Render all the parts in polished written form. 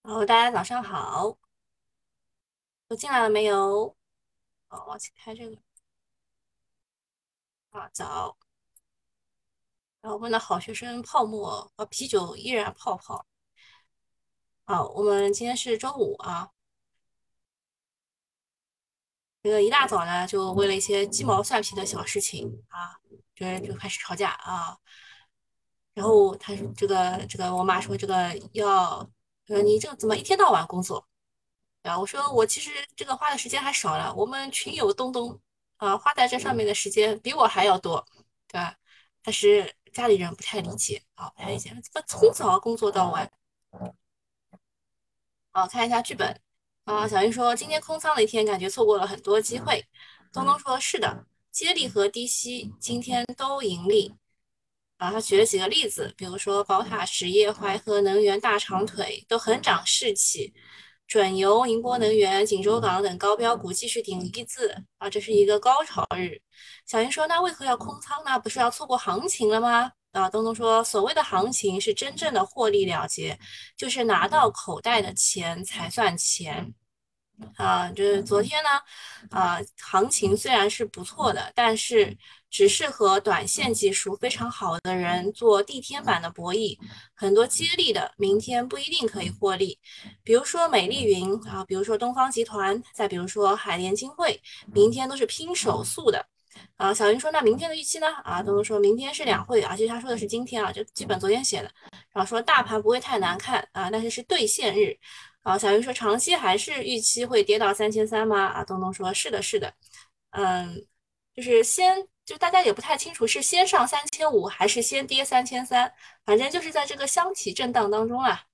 大家早上好，都进来了没有？我去开这个早。然后问的好学生泡沫，啤酒依然泡泡。我们今天是周五啊，这个一大早呢，就为了一些鸡毛蒜皮的小事情就开始吵架啊。然后他说这个，我妈说这个你这个怎么一天到晚工作？然后我说我其实这个花的时间还少了，我们群友东东花在这上面的时间比我还要多，对吧？但是家里人不太理解不太理解，怎么从早工作到晚？看一下剧本小云说今天空仓的一天，感觉错过了很多机会。东东说是的，接力和低吸今天都盈利。他举了几个例子，比如说宝塔实业、淮河能源、大长腿都很涨士气，准油、宁波能源、锦州港等高标股继续顶一字这是一个高潮日。小云说：“那为何要空仓呢？不是要错过行情了吗？”东东说：“所谓的行情是真正的获利了结，就是拿到口袋的钱才算钱。”就是昨天呢，行情虽然是不错的，但是只适合短线技术非常好的人做地天板的博弈，很多接力的明天不一定可以获利。比如说美丽云比如说东方集团，再比如说海联金汇，明天都是拼手速的。小云说，那明天的预期呢？东东说明天是两会其实他说的是今天就基本昨天写的。然后说大盘不会太难看但是是兑现日。小云说长期还是预期会跌到3300吗？东东说是的，是的。嗯，就是就大家也不太清楚是先上3500还是先跌3300，反正就是在这个箱体震荡当中啦。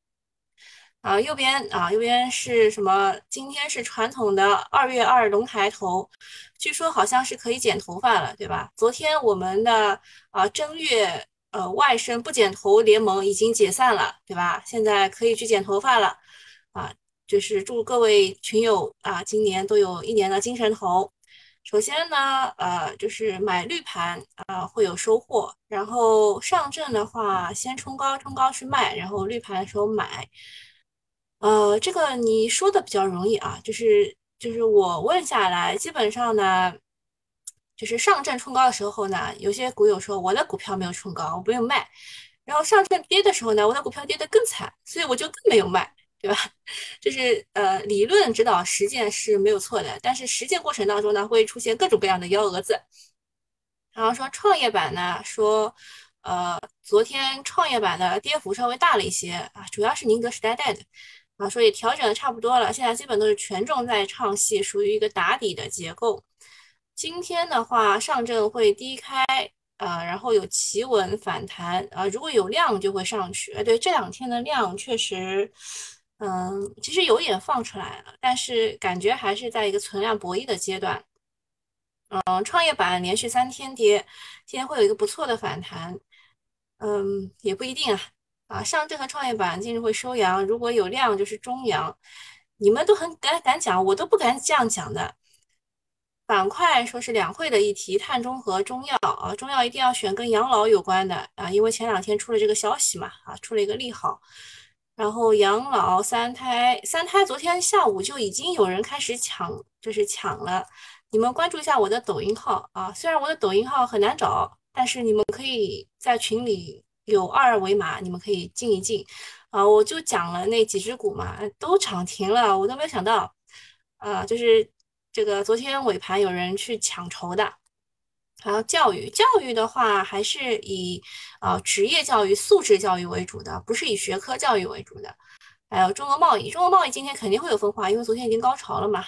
右边是什么？今天是传统的2月2龙抬头，据说好像是可以剪头发了，对吧？昨天我们的正月外甥不剪头联盟已经解散了，对吧？现在可以去剪头发了啊！就是祝各位群友今年都有一年的精神头。首先呢，就是买绿盘会有收获，然后上证的话先冲高，冲高去卖，然后绿盘的时候买。这个你说的比较容易就是我问下来，基本上呢，就是上证冲高的时候呢，有些股友说我的股票没有冲高，我不用卖，然后上证跌的时候呢，我的股票跌得更惨，所以我就更没有卖，对吧？就是理论指导实践是没有错的，但是实践过程当中呢，会出现各种各样的幺蛾子。然后说创业板呢，说昨天创业板的跌幅稍微大了一些主要是宁德时代带的所以调整的差不多了，现在基本都是权重在唱戏，属于一个打底的结构。今天的话，上证会低开然后有企稳反弹如果有量就会上去。对，这两天的量确实，其实有点放出来了，但是感觉还是在一个存量博弈的阶段。创业板连续3天跌，今天会有一个不错的反弹，也不一定上证和创业板今日会收阳，如果有量就是中阳，你们都很敢讲，我都不敢这样讲的。板块说是两会的议题，碳中和、中药中药一定要选跟养老有关的因为前2天出了这个消息嘛出了一个利好，然后养老三胎昨天下午就已经有人开始抢，就是抢了。你们关注一下我的抖音号虽然我的抖音号很难找，但是你们可以在群里有2维码，你们可以进一进我就讲了那几只股嘛，都涨停了，我都没有想到就是这个昨天尾盘有人去抢筹的。还有教育的话，还是以职业教育、素质教育为主的，不是以学科教育为主的。还有中国贸易今天肯定会有分化，因为昨天已经高潮了嘛。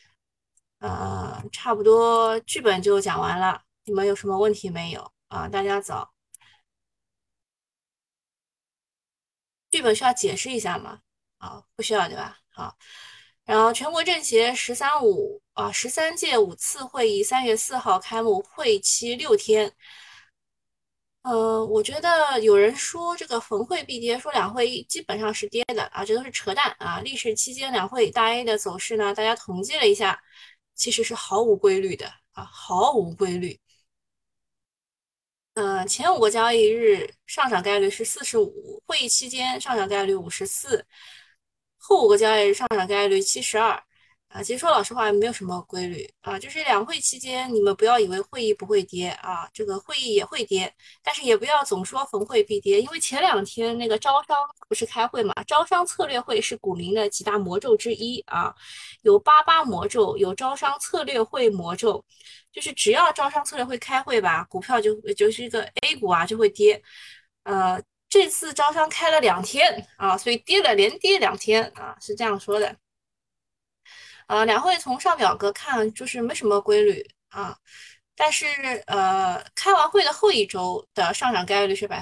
差不多剧本就讲完了，你们有什么问题没有大家早。剧本需要解释一下吗？不需要对吧？好，然后全国政协13届5次会议3月4号开幕，会期6天。我觉得有人说这个逢会必跌，说两会基本上是跌的这都是扯淡历史期间两会大 A 的走势呢，大家统计了一下，其实是毫无规律的毫无规律。前5个交易日上涨概率是45，会议期间上涨概率54， 后5个交易日上涨概率72。其实说老实话，没有什么规律啊，就是两会期间，你们不要以为会议不会跌啊，这个会议也会跌，但是也不要总说逢会必跌，因为前2天那个招商不是开会嘛，招商策略会是股民的几大魔咒之一啊，有88魔咒，有招商策略会魔咒，就是只要招商策略会开会吧，股票就是一个 A 股啊就会跌，这次招商开了2天啊，所以连跌2天啊，是这样说的。两会从上表格看就是没什么规律啊，但是开完会的后一周的上涨概率是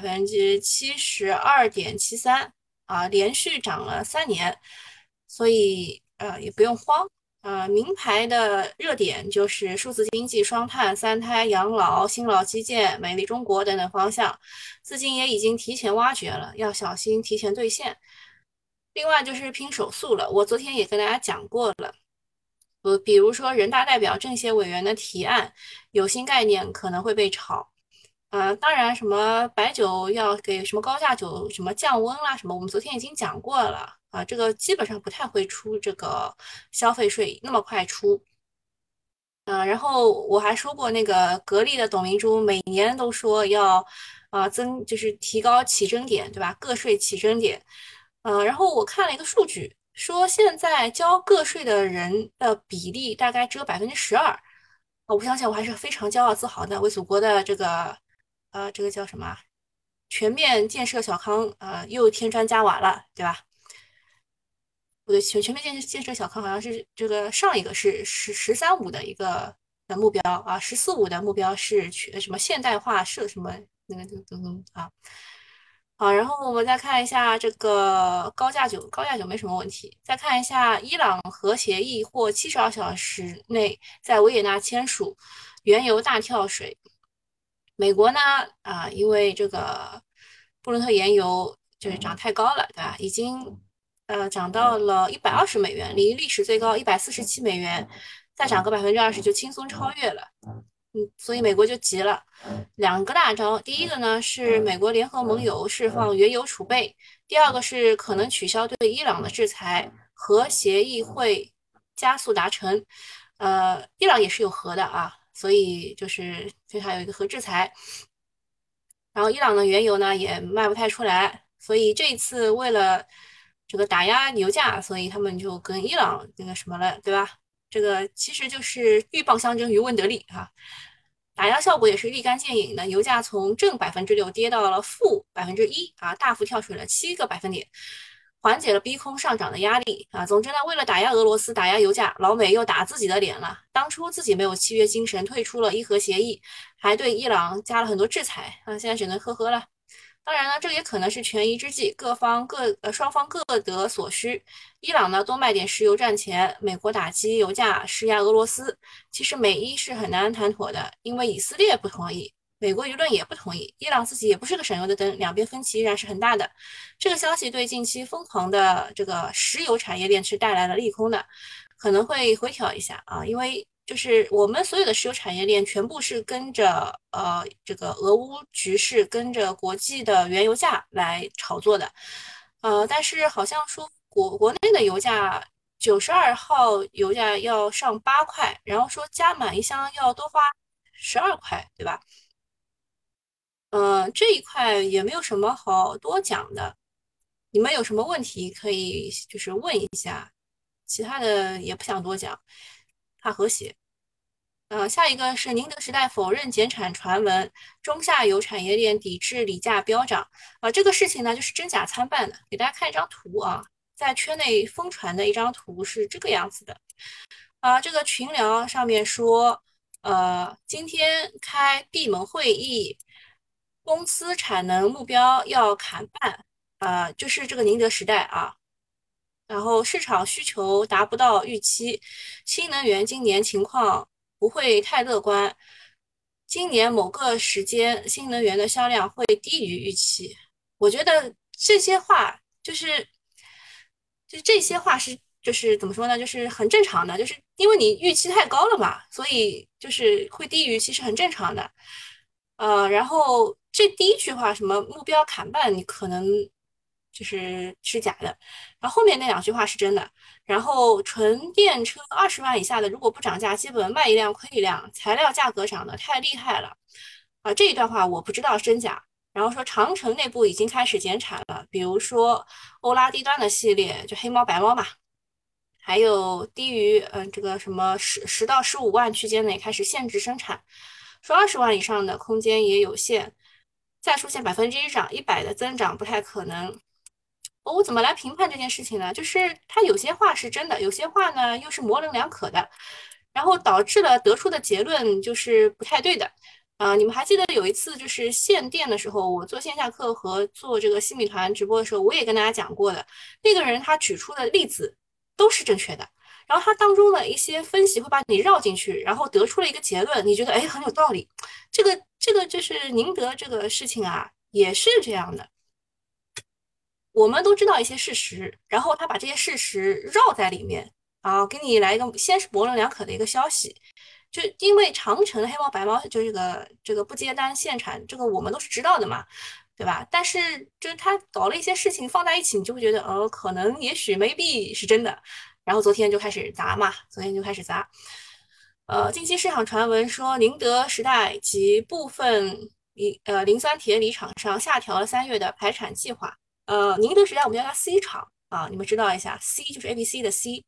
72.73%啊，连续涨了3年，所以也不用慌。名牌的热点就是数字经济、双碳、三胎、养老、新老基建、美丽中国等等方向，资金也已经提前挖掘了，要小心提前兑现。另外就是拼手速了，我昨天也跟大家讲过了。比如说人大代表、政协委员的提案，有新概念可能会被炒。当然，什么白酒要给什么高价酒什么降温啦，什么我们昨天已经讲过了啊，这个基本上不太会出这个消费税那么快出。然后我还说过，那个格力的董明珠每年都说要就是提高起征点，对吧？个税起征点。然后我看了一个数据，说现在交个税的人的比例大概只有12%。我相信我还是非常骄傲自豪的，为祖国的这个叫什么全面建设小康又添砖加瓦了，对吧？不对，全面建设小康好像是这个上一个是“十三五”的一个目标啊，“14五”的目标是什么现代化什么那个啊。好，然后我们再看一下这个高价酒没什么问题。再看一下伊朗核协议或72小时内在维也纳签署，原油大跳水。美国呢，因为这个布伦特原油就是涨太高了，对吧？已经涨到了120美元，离历史最高147美元，再涨个20%就轻松超越了。所以美国就急了，2个大招。第一个呢是美国联合盟友释放原油储备，第二个是可能取消对伊朗的制裁，核协议会加速达成。伊朗也是有核的啊，所以就是对它有一个核制裁。然后伊朗的原油呢也卖不太出来，所以这一次为了这个打压油价，所以他们就跟伊朗那个什么了，对吧？这个其实就是鹬蚌相争，渔翁得利啊。打压效果也是立竿见影的，油价从正6%跌到了-1%啊，大幅跳水了7个百分点，缓解了逼空上涨的压力啊。总之呢，为了打压俄罗斯、打压油价，老美又打自己的脸了。当初自己没有契约精神，退出了伊核协议，还对伊朗加了很多制裁啊，现在只能呵呵了。当然呢，这也可能是权宜之计，双方各得所需。伊朗呢多卖点石油赚钱，美国打击油价施压俄罗斯。其实美伊是很难谈妥的，因为以色列不同意，美国舆论也不同意，伊朗自己也不是个省油的灯，两边分歧依然是很大的。这个消息对近期疯狂的这个石油产业链是带来了利空的，可能会回调一下啊，因为就是我们所有的石油产业链全部是跟着这个俄乌局势，跟着国际的原油价来炒作的，但是好像说国内的油价92号油价要上8块，然后说加满一箱要多花12块，对吧？这一块也没有什么好多讲的，你们有什么问题可以就是问一下，其他的也不想多讲，怕和谐。下一个是宁德时代否认减产传闻，中下游产业链抵制锂价飙涨。这个事情呢，就是真假参半的。给大家看一张图啊，在圈内疯传的一张图是这个样子的。这个群聊上面说，今天开闭门会议，公司产能目标要砍半，就是这个宁德时代啊。然后市场需求达不到预期，新能源今年情况不会太乐观。今年某个时间，新能源的销量会低于预期。我觉得这些话就这些话就是怎么说呢？就是很正常的，就是因为你预期太高了嘛，所以就是会低于预期是很正常的。然后这第一句话什么目标砍半，你可能是假的，然后后面那两句话是真的。然后纯电车20万以下的，如果不涨价，基本卖一辆亏一辆。材料价格涨得太厉害了，这一段话我不知道真假。然后说长城内部已经开始减产了，比如说欧拉低端的系列，就黑猫白猫嘛，还有低于这个什么10到15万区间内开始限制生产，说20万以上的空间也有限，再出现1%涨100的增长不太可能。我怎么来评判这件事情呢？就是它有些话是真的，有些话呢又是模棱两可的，然后导致了得出的结论就是不太对的。你们还记得有一次就是限电的时候，我做线下课和做这个新米团直播的时候，我也跟大家讲过的，那个人他举出的例子都是正确的，然后他当中的一些分析会把你绕进去，然后得出了一个结论，你觉得哎很有道理。这个就是宁德这个事情啊，也是这样的。我们都知道一些事实，然后他把这些事实绕在里面啊，给你来一个先是模棱两可的一个消息，就因为长城黑猫白猫就这个不接单限产，这个我们都是知道的嘛，对吧？但是就是他搞了一些事情放在一起，你就会觉得可能也许 maybe 是真的，然后昨天就开始砸嘛，昨天就开始砸。近期市场传闻说，宁德时代及部分磷酸铁锂厂商下调了3月的排产计划。宁德时代我们叫它 C 厂啊，你们知道一下，C 就是 ABC 的 C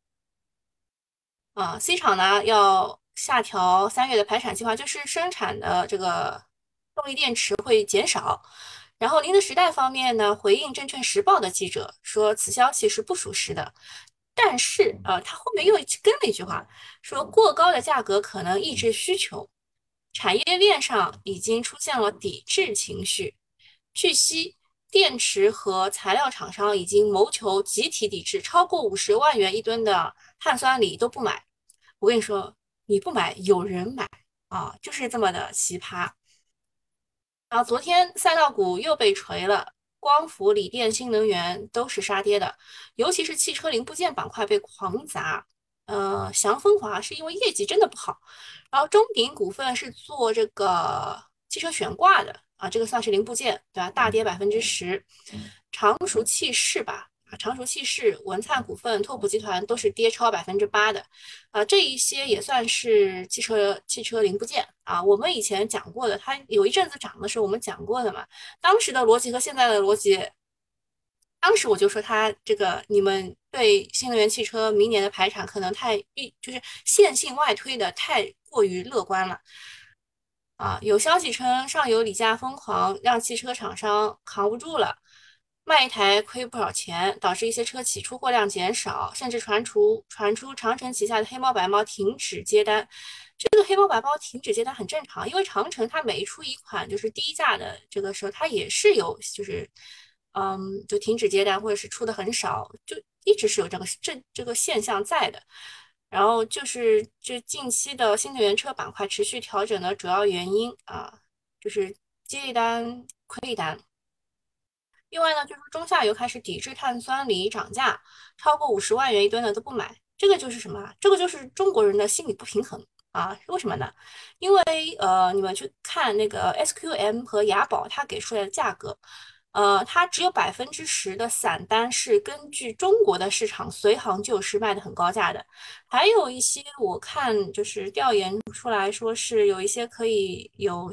啊，C 厂呢要下调3月的排产计划，就是生产的这个动力电池会减少。然后宁德时代方面呢回应证券时报的记者说，此消息是不属实的。但是他后面又跟了一句话，说过高的价格可能抑制需求，产业链上已经出现了抵制情绪。据悉，电池和材料厂商已经谋求集体抵制，超过50万元一吨的碳酸锂都不买。我跟你说，你不买，有人买啊，就是这么的奇葩。然后昨天赛道股又被锤了，光伏、锂电、新能源都是杀跌的，尤其是汽车零部件板块被狂砸。祥丰华是因为业绩真的不好，然后中鼎股份是做这个汽车悬挂的啊，这个算是零部件，对吧？大跌10%。常熟汽士吧，常熟汽士、文灿股份、拓普集团都是跌超8%的。这一些也算是汽车零部件啊。我们以前讲过的，它有一阵子涨的时候，我们讲过的嘛。当时的逻辑和现在的逻辑，当时我就说它这个，你们对新能源汽车明年的排产可能就是线性外推的太过于乐观了。有消息称上游锂价疯狂，让汽车厂商扛不住了，卖一台亏不少钱，导致一些车企出货量减少，甚至传出长城旗下的黑猫白猫停止接单。这个黑猫白猫停止接单很正常，因为长城它每出一款就是低价的这个时候，它也是有就是就停止接单或者是出的很少，就一直是有这个现象在的。然后就是这近期的新能源车板块持续调整的主要原因啊，就是接一单亏一单。另外呢，就是中下游开始抵制碳酸锂涨价，超过50万元一吨的都不买。这个就是什么啊？这个就是中国人的心理不平衡啊？为什么呢？因为你们去看那个 SQM 和雅宝它给出来的价格，它只有10%的散单是根据中国的市场随行就市卖的很高价的，还有一些我看就是调研出来说是有一些可以有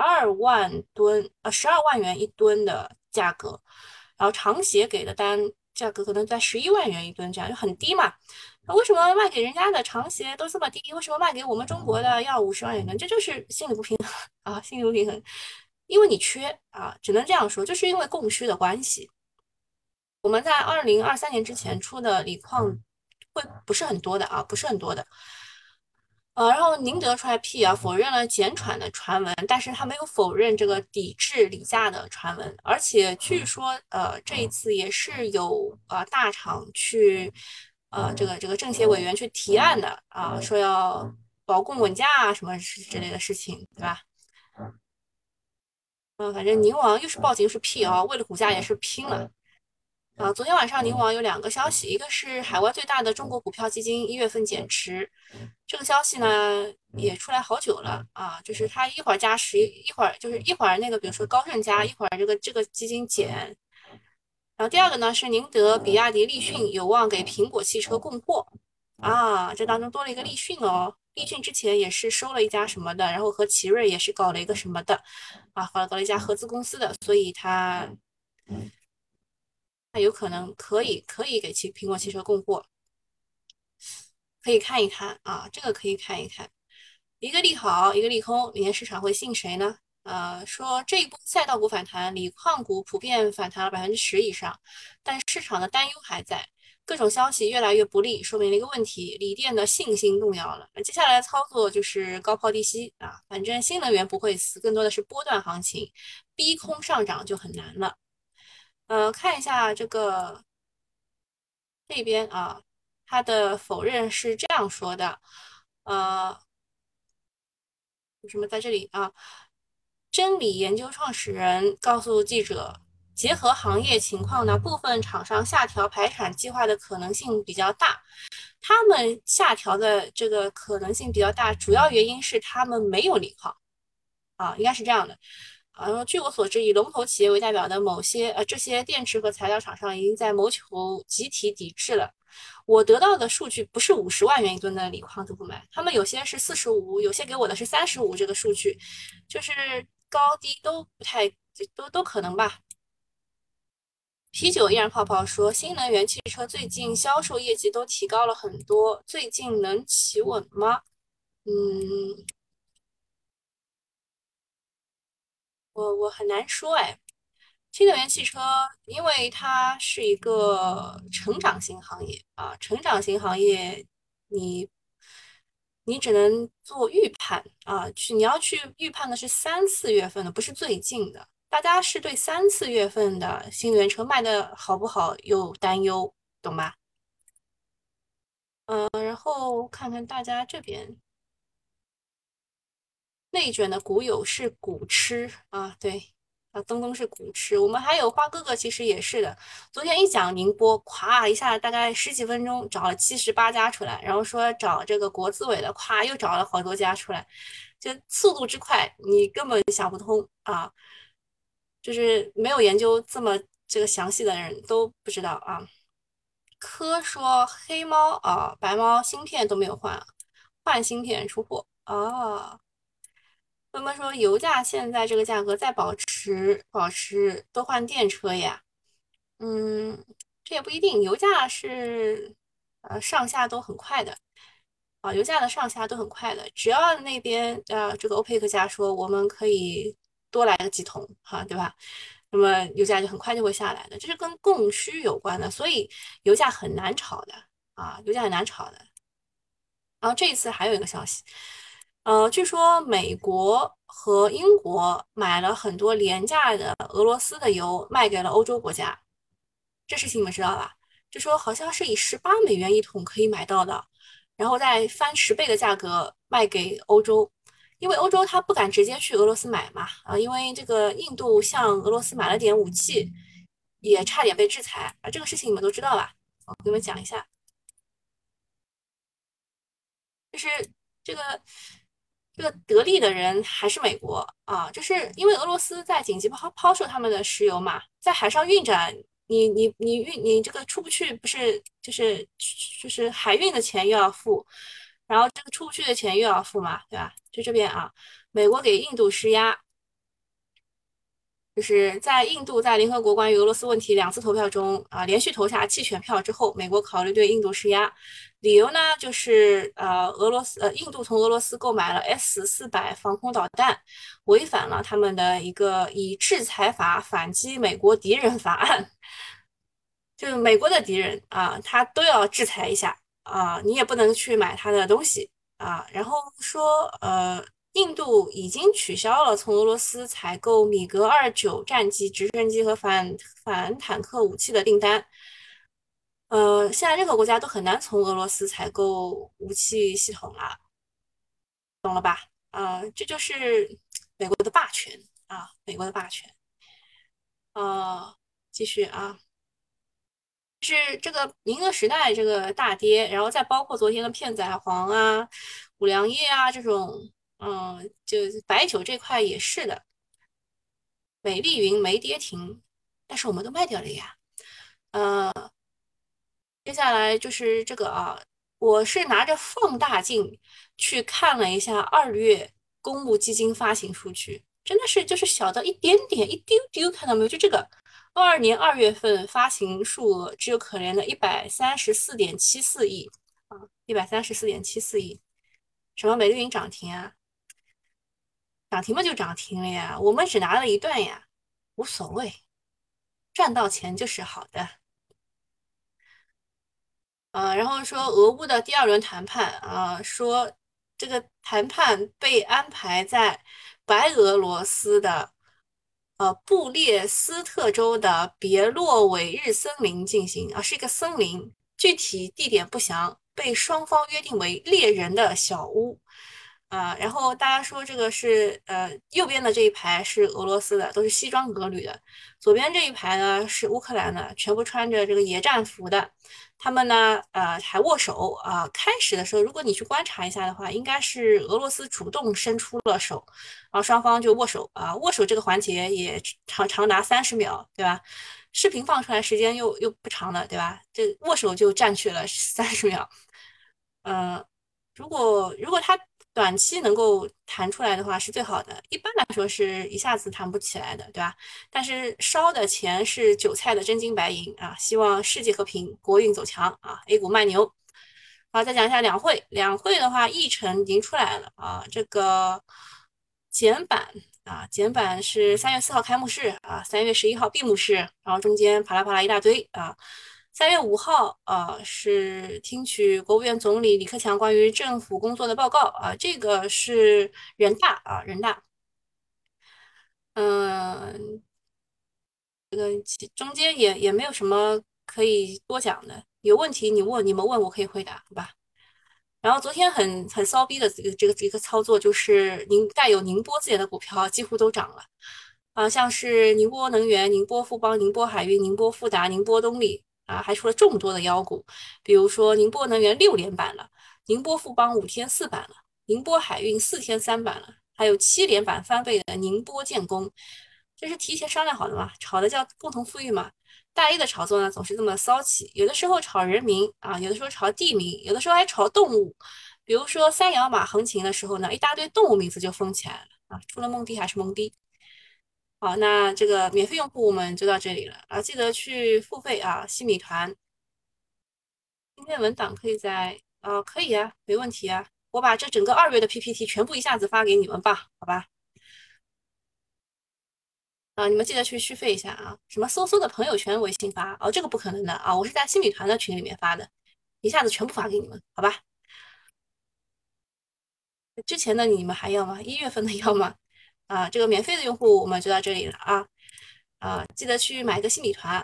12万元一吨的价格，然后长协给的单价格可能在11万元一吨，这样就很低嘛。那为什么卖给人家的长协都这么低？为什么卖给我们中国的要50万元一吨？这就是心理不平衡啊，心理不平衡。因为你缺啊，只能这样说，就是因为供需的关系。我们在2023年之前出的锂矿会不是很多的啊，不是很多的。然后宁德出来辟谣，否认了减产的传闻，但是他没有否认这个抵制锂价的传闻，而且据说，这一次也是有大厂去，这个政协委员去提案的啊，说要保供稳价啊，什么之类的事情，对吧？反正宁王又是报警又是辟谣，为了股价也是拼了。昨天晚上宁王有两个消息，一个是海外最大的中国股票基金1月份减持，这个消息呢也出来好久了啊，就是它一会儿加十，一会儿就是一会儿那个，比如说高盛加，一会儿这个基金减， 然后第二个呢是宁德、比亚迪、立讯有望给苹果汽车供货啊，这当中多了一个立讯哦。立讯之前也是收了一家什么的，然后和奇瑞也是搞了一个什么的啊，搞了一家合资公司的，所以它有可能可以给苹果汽车供货，可以看一看啊，这个可以看一看。一个利好，一个利空，明天市场会信谁呢？说这一波赛道股反弹，锂矿股普遍反弹了10%以上，但市场的担忧还在，各种消息越来越不利，说明了一个问题：锂电的信心动摇了。接下来的操作就是高抛低吸啊，反正新能源不会死，更多的是波段行情，逼空上涨就很难了。看一下这个这边啊，他的否认是这样说的，呃，为什么在这里啊？真理研究创始人告诉记者，结合行业情况呢，部分厂商下调排产计划的可能性比较大。他们下调的这个可能性比较大，主要原因是他们没有锂矿啊，应该是这样的。据我所知，以龙头企业为代表的某些这些电池和材料厂商已经在谋求集体抵制了。我得到的数据不是50万元一吨的锂矿都不买，他们有些是45，有些给我的是35，这个数据就是高低都不太都可能吧。啤酒依然泡泡说，新能源汽车最近销售业绩都提高了很多，最近能企稳吗？嗯，我很难说哎。新能源汽车，因为它是一个成长型行业啊，成长型行业，你你只能做预判啊，你要去预判的是3、4月份的，不是最近的。大家是对3、4月份的新能源车卖的好不好有担忧，懂吧？然后看看大家这边。内卷的股友是股痴啊，对啊，东东是股痴。我们还有花哥哥，其实也是的。昨天一讲宁波，咵一下大概十几分钟找了78家出来，然后说找这个国资委的，咵又找了好多家出来，就速度之快，你根本想不通啊！就是没有研究这么这个详细的人都不知道啊。科说黑猫啊，白猫芯片都没有换，换芯片出货啊。那么说，油价现在这个价格再保持都换电车呀？嗯，这也不一定，油价是上下都很快的啊，油价的上下都很快的，只要那边这个欧佩克家说我们可以多来个几桶哈、对吧？那么油价就很快就会下来的，这是跟供需有关的，所以油价很难炒的啊，油价很难炒的。然后这一次还有一个消息，据说美国和英国买了很多廉价的俄罗斯的油，卖给了欧洲国家。这事情你们知道吧？就说好像是以18美元一桶可以买到的，然后再翻10倍的价格卖给欧洲，因为欧洲它不敢直接去俄罗斯买嘛，因为这个印度向俄罗斯买了点武器，也差点被制裁啊，这个事情你们都知道吧？我给你们讲一下。就是这个得利的人还是美国啊，就是因为俄罗斯在紧急抛售他们的石油嘛，在海上运转，你这个出不去，不是就是海运的钱又要付，然后这个出不去的钱又要付嘛，对吧？就这边啊，美国给印度施压，就是在印度在联合国关于俄罗斯问题2次投票中连续投下弃权票之后，美国考虑对印度施压，理由呢就是印度从俄罗斯购买了 S-400防空导弹，违反了他们的一个以制裁法反击美国敌人法案，就是美国的敌人他都要制裁一下你也不能去买他的东西然后说印度已经取消了从俄罗斯采购米格29战机、直升机和反坦克武器的订单。现在任何国家都很难从俄罗斯采购武器系统了，这就是美国的霸权美国的霸权。继续是这个宁德时代这个大跌，然后再包括昨天的片仔癀五粮液这种，就白酒这块也是的，美丽云没跌停，但是我们都卖掉了呀。 接下来就是这个啊，我是拿着放大镜去看了一下2月公募基金发行数据，真的是就是小到一点点、一丢丢，看到没有？就这个22年2月份发行数额只有可怜的134.74亿啊，134.74亿，什么美丽云涨停啊？涨停嘛就涨停了呀，我们只拿了一段呀，无所谓，赚到钱就是好的。然后说俄乌的第二轮谈判说这个谈判被安排在白俄罗斯的布列斯特州的别洛韦日森林进行是一个森林，具体地点不详，被双方约定为猎人的小屋。然后大家说这个是右边的这一排是俄罗斯的，都是西装革履的；左边这一排呢是乌克兰的，全部穿着这个野战服的。他们呢，还握手开始的时候，如果你去观察一下的话，应该是俄罗斯主动伸出了手，然后双方就握手握手这个环节也长达30秒，对吧？视频放出来时间又不长了，对吧？这握手就占据了30秒。呃，如果它短期能够弹出来的话是最好的，一般来说是一下子弹不起来的，对吧？但是烧的钱是韭菜的真金白银希望世界和平，国运走强，A 股慢牛。好，再讲一下两会，两会的话议程已经出来了这个简版简版是3月4号开幕式3月11号闭幕式，然后中间啪啦啪啦一大堆3月5号是听取国务院总理李克强关于政府工作的报告这个是人大人大，嗯，中间也没有什么可以多讲的，有问题你们问我可以回答，好吧？然后昨天很骚逼的这个操作就是带有宁波字眼的股票几乎都涨了像是宁波能源、宁波富邦、宁波海运、宁波富达、宁波东丽还出了众多的妖股，比如说宁波能源6连板了，宁波富邦5天4板了，宁波海运4天3板了，还有7连板翻倍的宁波建工，这是提前商量好的嘛？炒的叫共同富裕嘛？大 A 的炒作呢，总是这么骚气，有的时候炒人名有的时候炒地名，有的时候还炒动物。比如说三养马横琴的时候呢，一大堆动物名字就封起来了除了蒙迪还是蒙迪。好，那这个免费用户我们就到这里了记得去付费西米团。今天文档可以可以没问题我把这整个2月的 PPT 全部一下子发给你们吧，好吧？你们记得去续费一下什么搜搜的朋友圈微信发这个不可能的我是在新米团的群里面发的，一下子全部发给你们，好吧？之前的你们还要吗？1月份的要吗？这个免费的用户我们就到这里了记得去买个新米团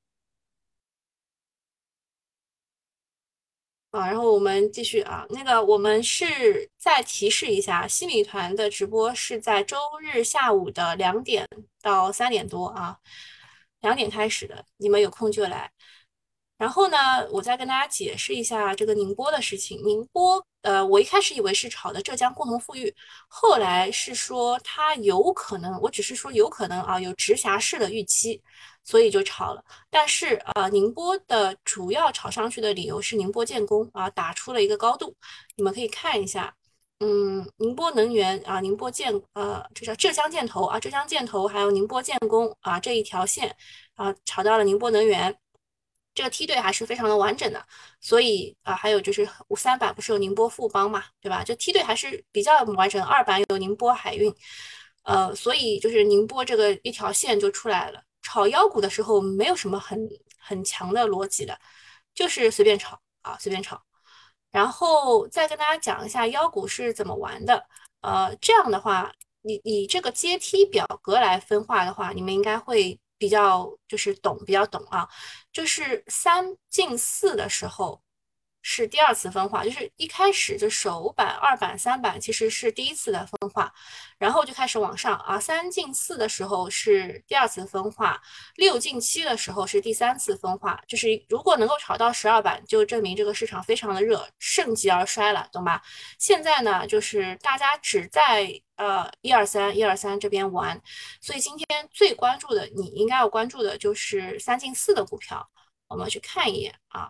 然后我们继续那个我们是再提示一下，新米团的直播是在周日下午的2点到3点多2点开始的，你们有空就来。然后呢，我再跟大家解释一下这个宁波的事情。宁波，我一开始以为是炒的浙江共同富裕，后来是说它有可能，我只是说有可能有直辖市的预期，所以就炒了。但是宁波的主要炒上去的理由是宁波建工打出了一个高度，你们可以看一下。宁波能源宁波这叫浙江建投浙江建投还有宁波建工这一条线炒到了宁波能源。这个梯队还是非常的完整的，所以还有就是3板不是有宁波富邦嘛，对吧？这梯队还是比较完整。2板有宁波海运，所以就是宁波这个一条线就出来了。炒妖股的时候没有什么很强的逻辑的，就是随便炒随便炒。然后再跟大家讲一下妖股是怎么玩的。这样的话，你这个阶梯表格来分化的话，你们应该会比较懂就是3进4的时候是第二次分化，就是一开始就首板、2板、3板其实是第一次的分化，然后就开始往上3进4的时候是第二次分化，6进7的时候是第三次分化。就是如果能够炒到12板，就证明这个市场非常的热，盛极而衰了，懂吧？现在呢，就是大家只在123这边玩，所以今天最关注的，你应该要关注的就是3进4的股票。 我们去看一眼啊，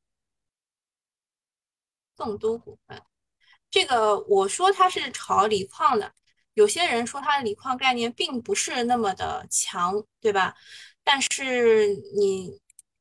更多股份。这个我说它是炒锂矿的，有些人说它的锂矿概念并不是那么的强，对吧？但是你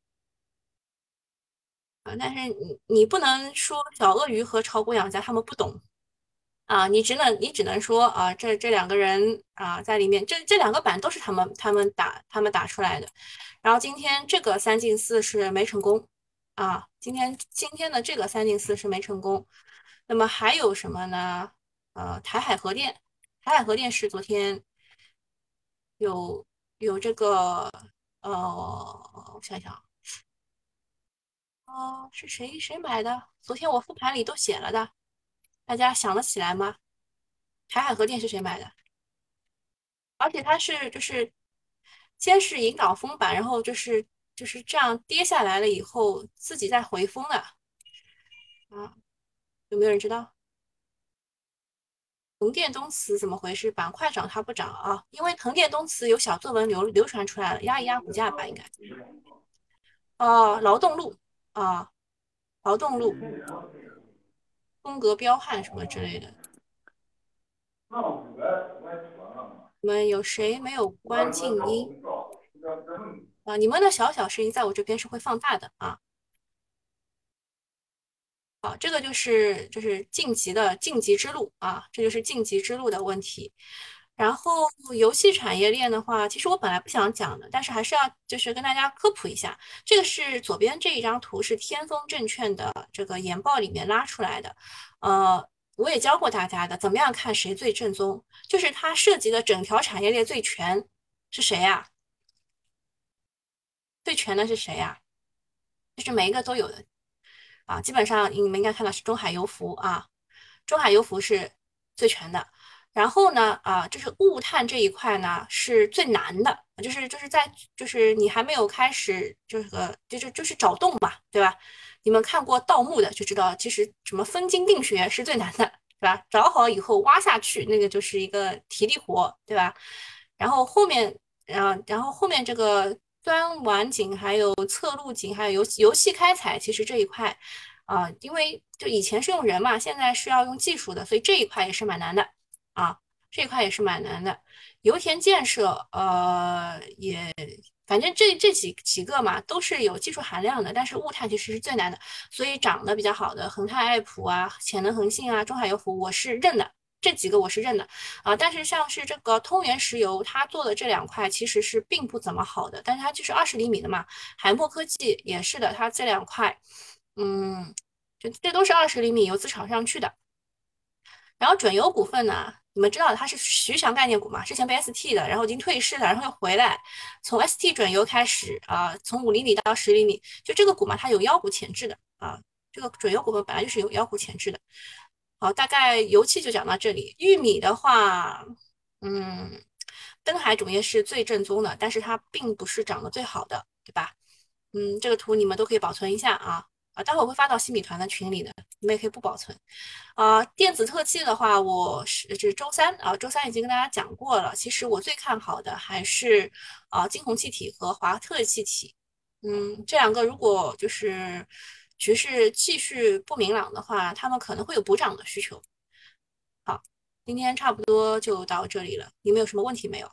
但是你不能说小鳄鱼和炒股养家他们不懂啊，你只能说啊，这两个人啊在里面，这两个板都是他们打出来的。然后今天这个三进四是没成功啊，今天的这个三进四是没成功。那么还有什么呢？台海核电，台海核电是昨天有这个我想想，是谁买的？昨天我复盘里都写了的，大家想得起来吗？台海核电是谁买的？而且它是就是先是引导封板，然后就是这样跌下来了以后自己再回封的啊，有没有人知道？横店东磁怎么回事？板块涨它不涨啊？因为横店东磁有小作文流传出来了，压一压股价吧，应该。劳动路啊，劳动路、风格彪悍什么之类的。你们有谁没有关静音啊？你们的小声音在我这边是会放大的啊。好，这个就是晋级之路啊，这就是晋级之路的问题。然后游戏产业链的话，其实我本来不想讲的，但是还是要就是跟大家科普一下。这个是左边这一张图是天风证券的这个研报里面拉出来的，我也教过大家的，怎么样看谁最正宗，就是它涉及的整条产业链最全是谁呀？最全的是谁呀？就是每一个都有的啊，基本上你们应该看到是中海油服啊，中海油服是最全的。然后呢，就是物探这一块呢是最难的，就是你还没有开始这个就是找洞嘛，对吧？你们看过盗墓的就知道，其实什么分金定穴是最难的，对吧？找好以后挖下去，那个就是一个体力活，对吧？然后后面，然后后面这个端晚景，还有侧录景，还有游戏开采，其实这一块，因为就以前是用人嘛，现在是要用技术的，所以这一块也是蛮难的啊，这一块也是蛮难的。油田建设，反正这几个嘛，都是有技术含量的，但是物探其实是最难的，所以涨得比较好的恒泰、爱普啊、潜能恒信啊、中海油服，我是认的，这几个我是认的。但是像是这个通源石油，它做的这两块其实是并不怎么好的，但是它就是20厘米的嘛。海默科技也是的，它这两块，嗯，这都是20厘米游资炒上去的。然后准油股份呢，你们知道它是徐翔概念股嘛？之前被 ST 的，然后已经退市了，然后又回来，从 ST 准油开始从5厘米到10厘米，就这个股嘛，它有妖股潜质的啊。这个准油股份本来就是有妖股潜质的。好，大概油气就讲到这里。玉米的话，嗯，登海种业是最正宗的，但是它并不是长得最好的，对吧？这个图你们都可以保存一下待会儿会发到新米团的群里的，你们也可以不保存。电子特器的话，这是周三已经跟大家讲过了。其实我最看好的还是金宏气体和华特气体。这两个如果就是局势继续不明朗的话，他们可能会有补涨的需求。好，今天差不多就到这里了，你们有什么问题没有？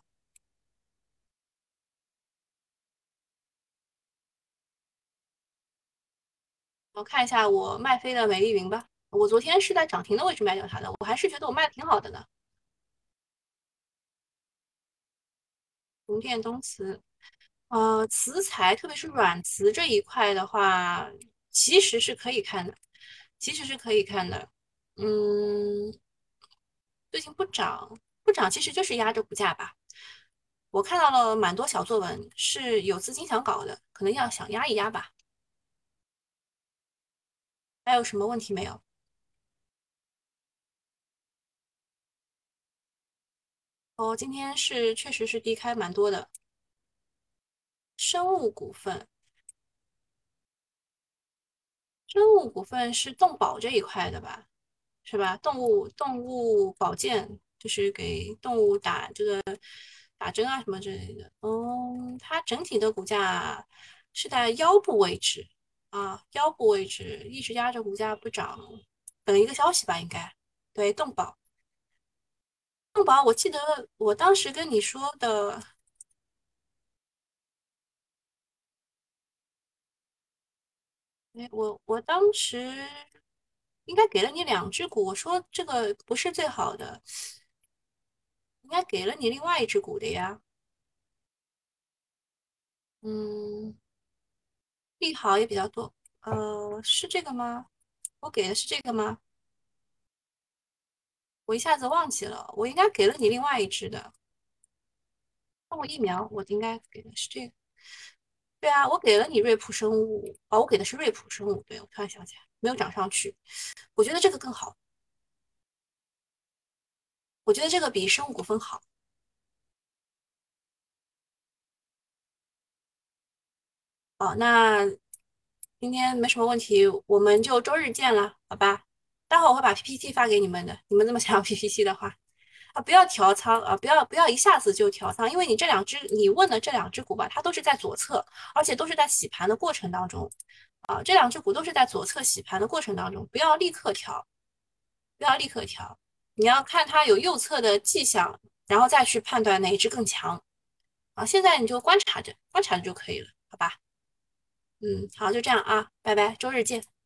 我看一下我卖飞的美丽云吧。我昨天是在涨停的位置卖掉它的，我还是觉得我卖的挺好的呢。龙电东磁，磁材，特别是软磁这一块的话，其实是可以看的，其实是可以看的。嗯，最近不涨，不涨其实就是压着股价吧。我看到了蛮多小作文，是有资金想搞的，可能要想压一压吧。还有什么问题没有？哦，今天确实是低开蛮多的。生物股份，生物股份是动保这一块的吧？是吧？动物保健就是给动物打这个打针啊什么之类的。它整体的股价是在腰部位置啊，腰部位置一直压着股价不涨，等一个消息吧，应该。对，动保，动保，我记得我当时跟你说的，哎，我当时应该给了你两只股，我说这个不是最好的，应该给了你另外一只股的呀。嗯，利好也比较多，是这个吗？我给的是这个吗？我一下子忘记了，我应该给了你另外一只的。那我疫苗，我应该给的是这个。对啊，我给了你瑞普生物，哦，我给的是瑞普生物。对，我突然想起来，没有涨上去。我觉得这个更好，我觉得这个比生物股份好。哦，那今天没什么问题，我们就周日见了，好吧？待会儿我会把 PPT 发给你们的，你们这么想要 PPT 的话，啊，不要调仓啊，不要一下子就调仓，因为你这两只你问的这两只股吧，它都是在左侧，而且都是在洗盘的过程当中啊，这两只股都是在左侧洗盘的过程当中，不要立刻调，不要立刻调，你要看它有右侧的迹象，然后再去判断哪一只更强啊。现在你就观察着，观察着就可以了，好吧？嗯，好，就这样啊，拜拜，周日见。